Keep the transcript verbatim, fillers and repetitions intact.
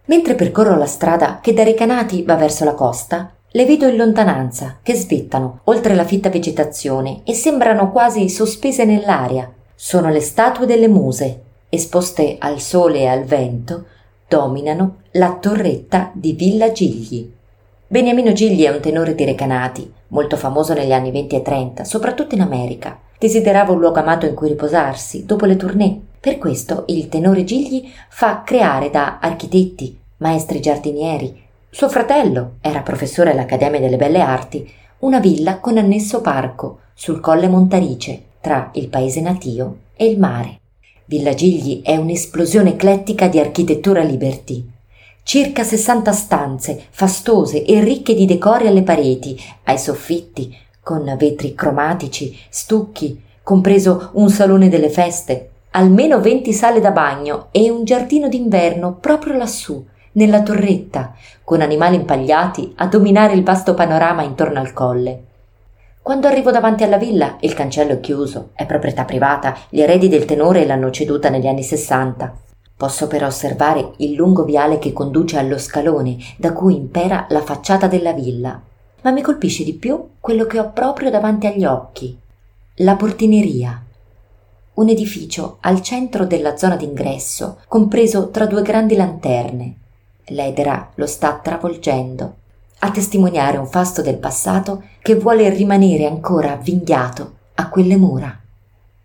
Mentre percorro la strada che da Recanati va verso la costa, le vedo in lontananza che svettano oltre la fitta vegetazione e sembrano quasi sospese nell'aria. Sono le statue delle muse, esposte al sole e al vento, dominano la torretta di Villa Gigli. Beniamino Gigli è un tenore di Recanati, molto famoso negli anni venti e trenta, soprattutto in America. Desiderava un luogo amato in cui riposarsi dopo le tournée. Per questo il tenore Gigli fa creare da architetti, maestri giardinieri, suo fratello era professore all'Accademia delle Belle Arti, una villa con annesso parco sul Colle Montarice, tra il paese natio e il mare. Villa Gigli è un'esplosione eclettica di architettura liberty. Circa sessanta stanze, fastose e ricche di decori alle pareti, ai soffitti, con vetri cromatici, stucchi, compreso un salone delle feste, almeno venti sale da bagno e un giardino d'inverno proprio lassù, nella torretta, con animali impagliati a dominare il vasto panorama intorno al colle. Quando arrivo davanti alla villa, il cancello è chiuso, è proprietà privata, gli eredi del tenore l'hanno ceduta negli anni sessanta. Posso però osservare il lungo viale che conduce allo scalone da cui impera la facciata della villa. Ma mi colpisce di più quello che ho proprio davanti agli occhi: la portineria. Un edificio al centro della zona d'ingresso, compreso tra due grandi lanterne. L'edera lo sta travolgendo, a testimoniare un fasto del passato che vuole rimanere ancora avvinghiato a quelle mura.